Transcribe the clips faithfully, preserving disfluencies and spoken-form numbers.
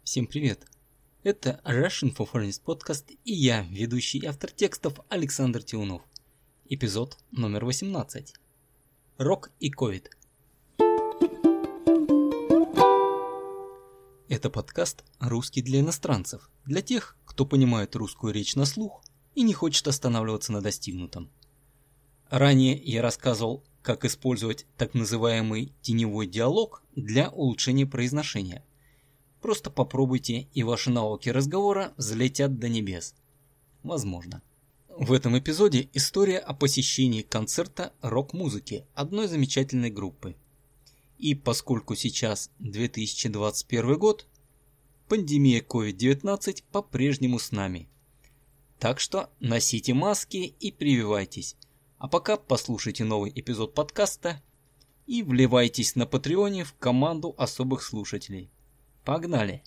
Всем привет! Это Russian for Foreigners подкаст и я, ведущий и автор текстов Александр Тиунов. Эпизод номер восемнадцать. Рок и ковид. Это подкаст «Русский для иностранцев», для тех, кто понимает русскую речь на слух и не хочет останавливаться на достигнутом. Ранее я рассказывал, как использовать так называемый теневой диалог для улучшения произношения. Просто попробуйте, и ваши навыки разговора взлетят до небес. Возможно. В этом эпизоде история о посещении концерта рок-музыки одной замечательной группы. И поскольку сейчас две тысячи двадцать первый год, пандемия ковид девятнадцать по-прежнему с нами. Так что носите маски и прививайтесь. А пока послушайте новый эпизод подкаста и вливайтесь на Патреоне в команду особых слушателей. Погнали!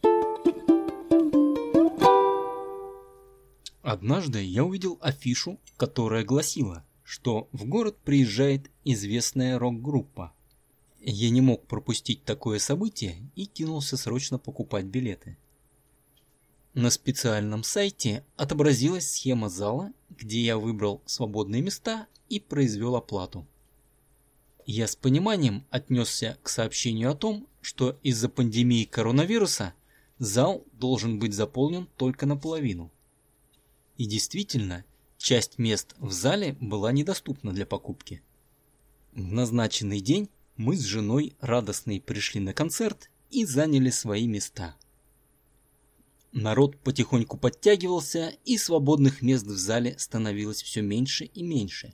Однажды я увидел афишу, которая гласила, что в город приезжает известная рок-группа. Я не мог пропустить такое событие и кинулся срочно покупать билеты. На специальном сайте отобразилась схема зала, где я выбрал свободные места и произвел оплату. Я с пониманием отнесся к сообщению о том, что из-за пандемии коронавируса зал должен быть заполнен только наполовину. И действительно, часть мест в зале была недоступна для покупки. В назначенный день мы с женой радостные пришли на концерт и заняли свои места. Народ потихоньку подтягивался, и свободных мест в зале становилось все меньше и меньше.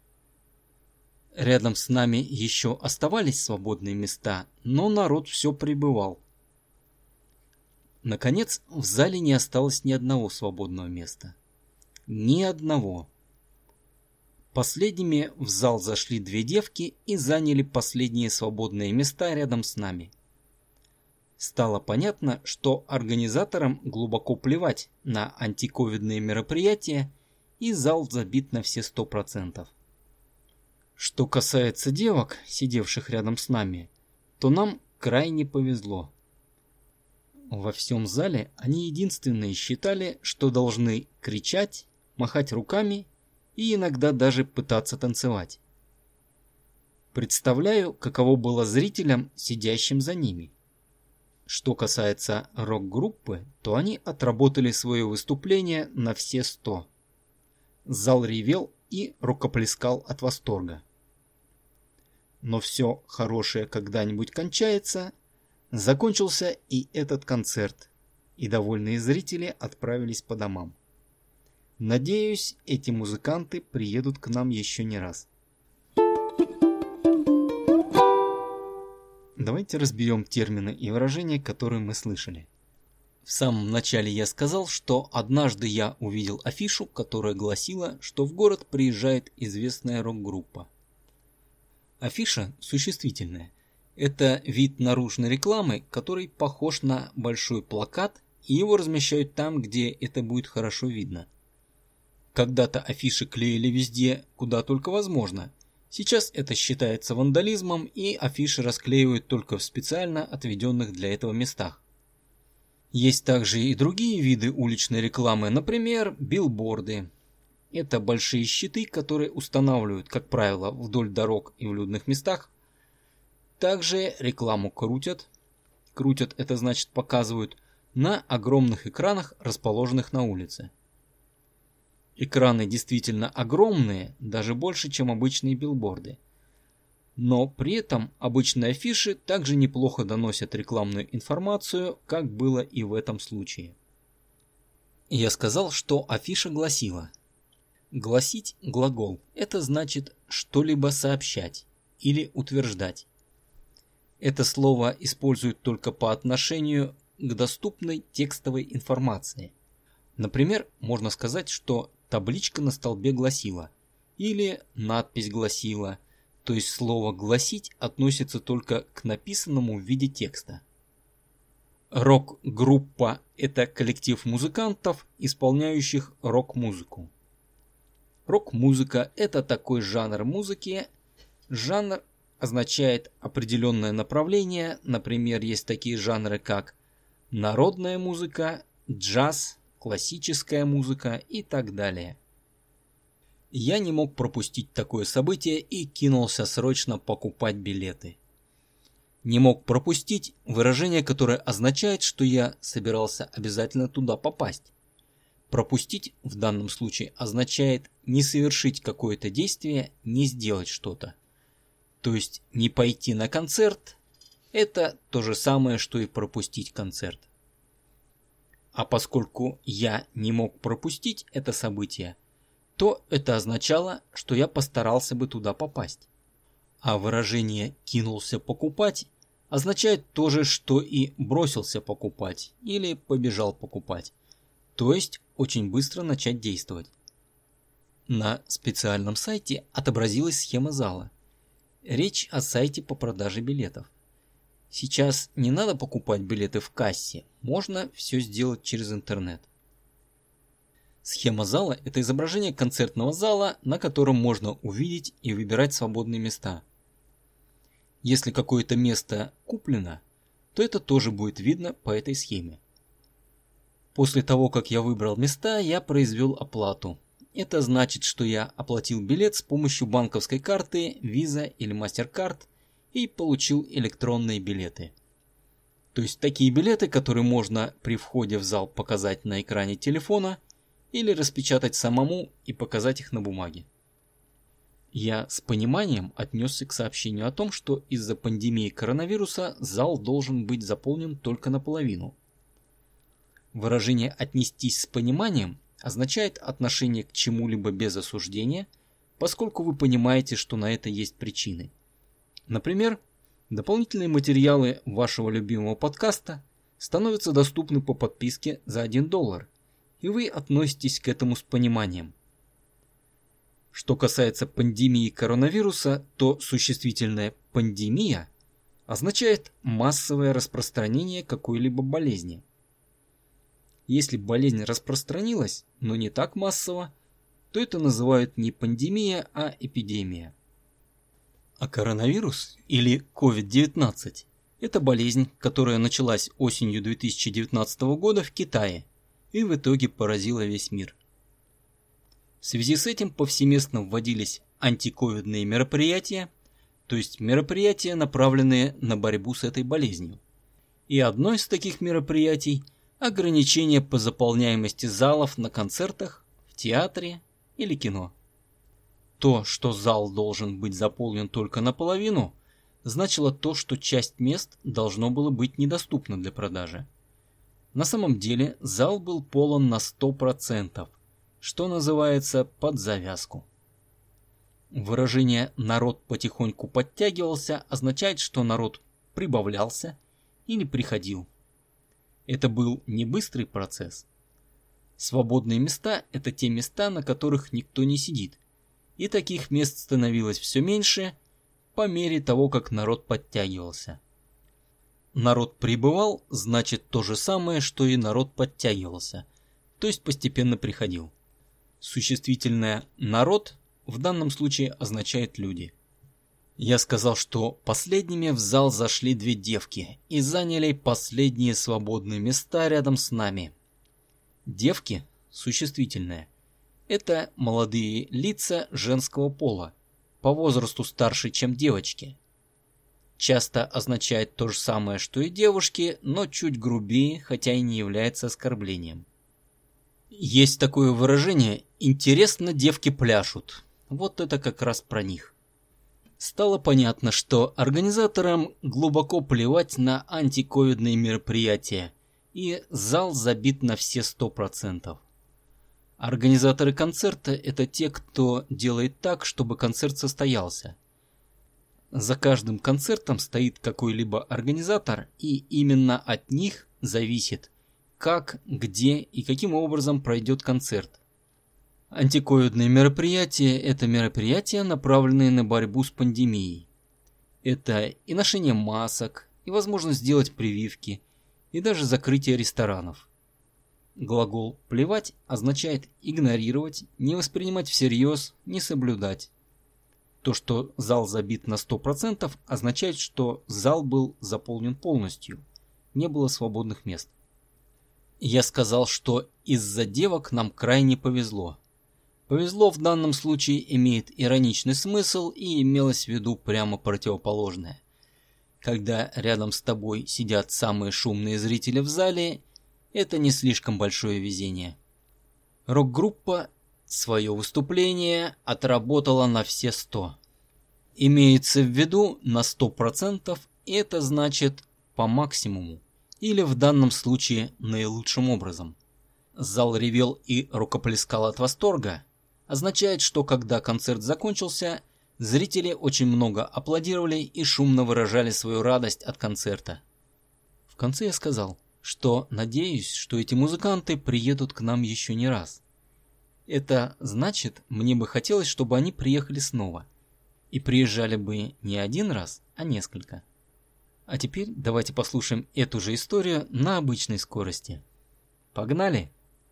Рядом с нами еще оставались свободные места, но народ все прибывал. Наконец, в зале не осталось ни одного свободного места. Ни одного. Последними в зал зашли две девки и заняли последние свободные места рядом с нами. Стало понятно, что организаторам глубоко плевать на антиковидные мероприятия, и зал забит на все сто процентов. Что касается девок, сидевших рядом с нами, то нам крайне повезло. Во всем зале они единственные считали, что должны кричать, махать руками и иногда даже пытаться танцевать. Представляю, каково было зрителям, сидящим за ними. Что касается рок-группы, то они отработали свое выступление на все сто. Зал ревел и рукоплескал от восторга. Но все хорошее когда-нибудь кончается. Закончился и этот концерт, и довольные зрители отправились по домам. Надеюсь, эти музыканты приедут к нам еще не раз. Давайте разберем термины и выражения, которые мы слышали. В самом начале я сказал, что однажды я увидел афишу, которая гласила, что в город приезжает известная рок-группа. Афиша существительная. Это вид наружной рекламы, который похож на большой плакат, и его размещают там, где это будет хорошо видно. Когда-то афиши клеили везде, куда только возможно. Сейчас это считается вандализмом, и афиши расклеивают только в специально отведенных для этого местах. Есть также и другие виды уличной рекламы, например, билборды. Это большие щиты, которые устанавливают, как правило, вдоль дорог и в людных местах. Также рекламу крутят. Крутят — это значит показывают на огромных экранах, расположенных на улице. Экраны действительно огромные, даже больше, чем обычные билборды. Но при этом обычные афиши также неплохо доносят рекламную информацию, как было и в этом случае. Я сказал, что афиша гласила. Гласить глагол. Это значит что-либо сообщать или утверждать. Это слово используют только по отношению к доступной текстовой информации. Например, можно сказать, что табличка на столбе гласила или надпись гласила, то есть слово «гласить» относится только к написанному в виде текста. Рок-группа – это коллектив музыкантов, исполняющих рок-музыку. Рок-музыка – это такой жанр музыки. Жанр означает определенное направление, например, есть такие жанры, как народная музыка, джаз, классическая музыка и так далее. Я не мог пропустить такое событие и кинулся срочно покупать билеты. Не мог пропустить выражение, которое означает, что я собирался обязательно туда попасть. Пропустить в данном случае означает не совершить какое-то действие, не сделать что-то. То есть не пойти на концерт – это то же самое, что и пропустить концерт. А поскольку я не мог пропустить это событие, то это означало, что я постарался бы туда попасть. А выражение «кинулся покупать» означает то же, что и «бросился покупать» или «побежал покупать», то есть очень быстро начать действовать. На специальном сайте отобразилась схема зала. Речь о сайте по продаже билетов. Сейчас не надо покупать билеты в кассе, можно все сделать через интернет. Схема зала – это изображение концертного зала, на котором можно увидеть и выбирать свободные места. Если какое-то место куплено, то это тоже будет видно по этой схеме. После того, как я выбрал места, я произвел оплату. Это значит, что я оплатил билет с помощью банковской карты, Visa или MasterCard и получил электронные билеты. То есть такие билеты, которые можно при входе в зал показать на экране телефона или распечатать самому и показать их на бумаге. Я с пониманием отнесся к сообщению о том, что из-за пандемии коронавируса зал должен быть заполнен только наполовину. Выражение «отнестись с пониманием» означает отношение к чему-либо без осуждения, поскольку вы понимаете, что на это есть причины. Например, дополнительные материалы вашего любимого подкаста становятся доступны по подписке за один доллар, и вы относитесь к этому с пониманием. Что касается пандемии коронавируса, то существительное «пандемия» означает массовое распространение какой-либо болезни. Если болезнь распространилась, но не так массово, то это называют не пандемия, а эпидемия. А коронавирус или ковид девятнадцать – это болезнь, которая началась осенью две тысячи девятнадцатого года в Китае и в итоге поразила весь мир. В связи с этим повсеместно вводились антиковидные мероприятия, то есть мероприятия, направленные на борьбу с этой болезнью. И одно из таких мероприятий – ограничение по заполняемости залов на концертах, в театре или кино. То, что зал должен быть заполнен только наполовину, значило то, что часть мест должно было быть недоступно для продажи. На самом деле зал был полон на сто процентов, что называется под завязку. Выражение «народ потихоньку подтягивался» означает, что народ прибавлялся или приходил. Это был не быстрый процесс. Свободные места – это те места, на которых никто не сидит. И таких мест становилось все меньше по мере того, как народ подтягивался. Народ прибывал – значит то же самое, что и народ подтягивался, то есть постепенно приходил. Существительное «народ» в данном случае означает «люди». Я сказал, что последними в зал зашли две девки и заняли последние свободные места рядом с нами. Девки, существительное, это молодые лица женского пола, по возрасту старше, чем девочки. Часто означает то же самое, что и девушки, но чуть грубее, хотя и не является оскорблением. Есть такое выражение «интересно, девки пляшут». Вот это как раз про них. Стало понятно, что организаторам глубоко плевать на антиковидные мероприятия, и зал забит на все сто процентов. Организаторы концерта – это те, кто делает так, чтобы концерт состоялся. За каждым концертом стоит какой-либо организатор, и именно от них зависит, как, где и каким образом пройдет концерт. Антиковидные мероприятия – это мероприятия, направленные на борьбу с пандемией. Это и ношение масок, и возможность сделать прививки, и даже закрытие ресторанов. Глагол «плевать» означает игнорировать, не воспринимать всерьез, не соблюдать. То, что зал забит на сто процентов, означает, что зал был заполнен полностью, не было свободных мест. Я сказал, что из-за девок нам крайне повезло. Повезло в данном случае имеет ироничный смысл и имелось в виду прямо противоположное. Когда рядом с тобой сидят самые шумные зрители в зале, это не слишком большое везение. Рок-группа свое выступление отработала на все сто. Имеется в виду на сто процентов, это значит по максимуму, или в данном случае наилучшим образом. Зал ревел и рукоплескал от восторга, означает, что когда концерт закончился, зрители очень много аплодировали и шумно выражали свою радость от концерта. В конце я сказал, что надеюсь, что эти музыканты приедут к нам еще не раз. Это значит, мне бы хотелось, чтобы они приехали снова. И приезжали бы не один раз, а несколько. А теперь давайте послушаем эту же историю на обычной скорости. Погнали!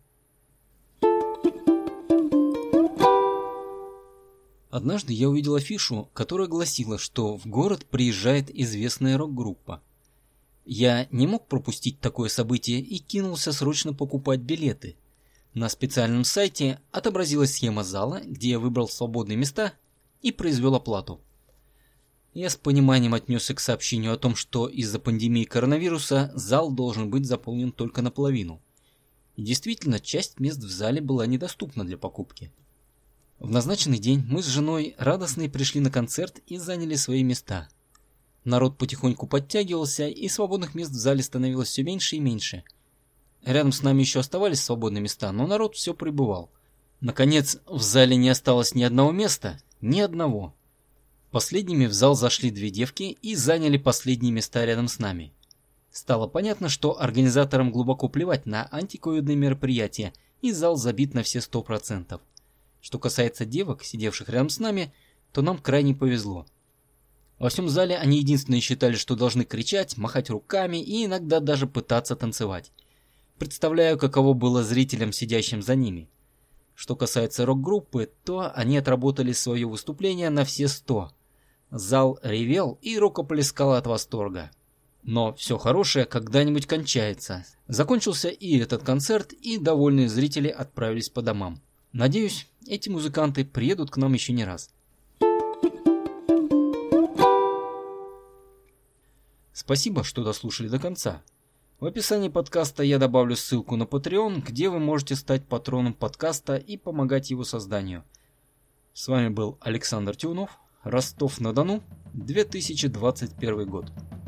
Однажды я увидел афишу, которая гласила, что в город приезжает известная рок-группа. Я не мог пропустить такое событие и кинулся срочно покупать билеты. На специальном сайте отобразилась схема зала, где я выбрал свободные места и произвел оплату. Я с пониманием отнесся к сообщению о том, что из-за пандемии коронавируса зал должен быть заполнен только наполовину. И действительно, часть мест в зале была недоступна для покупки. В назначенный день мы с женой радостные пришли на концерт и заняли свои места. Народ потихоньку подтягивался, и свободных мест в зале становилось все меньше и меньше. Рядом с нами еще оставались свободные места, но народ все прибывал. Наконец, в зале не осталось ни одного места, ни одного. Последними в зал зашли две девки и заняли последние места рядом с нами. Стало понятно, что организаторам глубоко плевать на антиковидные мероприятия, и зал забит на все сто процентов. Что касается девок, сидевших рядом с нами, то нам крайне повезло. Во всем зале они единственные считали, что должны кричать, махать руками и иногда даже пытаться танцевать. Представляю, каково было зрителям, сидящим за ними. Что касается рок-группы, то они отработали свое выступление на все сто. Зал ревел и рукоплескал от восторга. Но все хорошее когда-нибудь кончается. Закончился и этот концерт, и довольные зрители отправились по домам. Надеюсь, эти музыканты приедут к нам еще не раз. Спасибо, что дослушали до конца. В описании подкаста я добавлю ссылку на Patreon, где вы можете стать патроном подкаста и помогать его созданию. С вами был Александр Тюнов, Ростов-на-Дону, две тысячи двадцать первый год.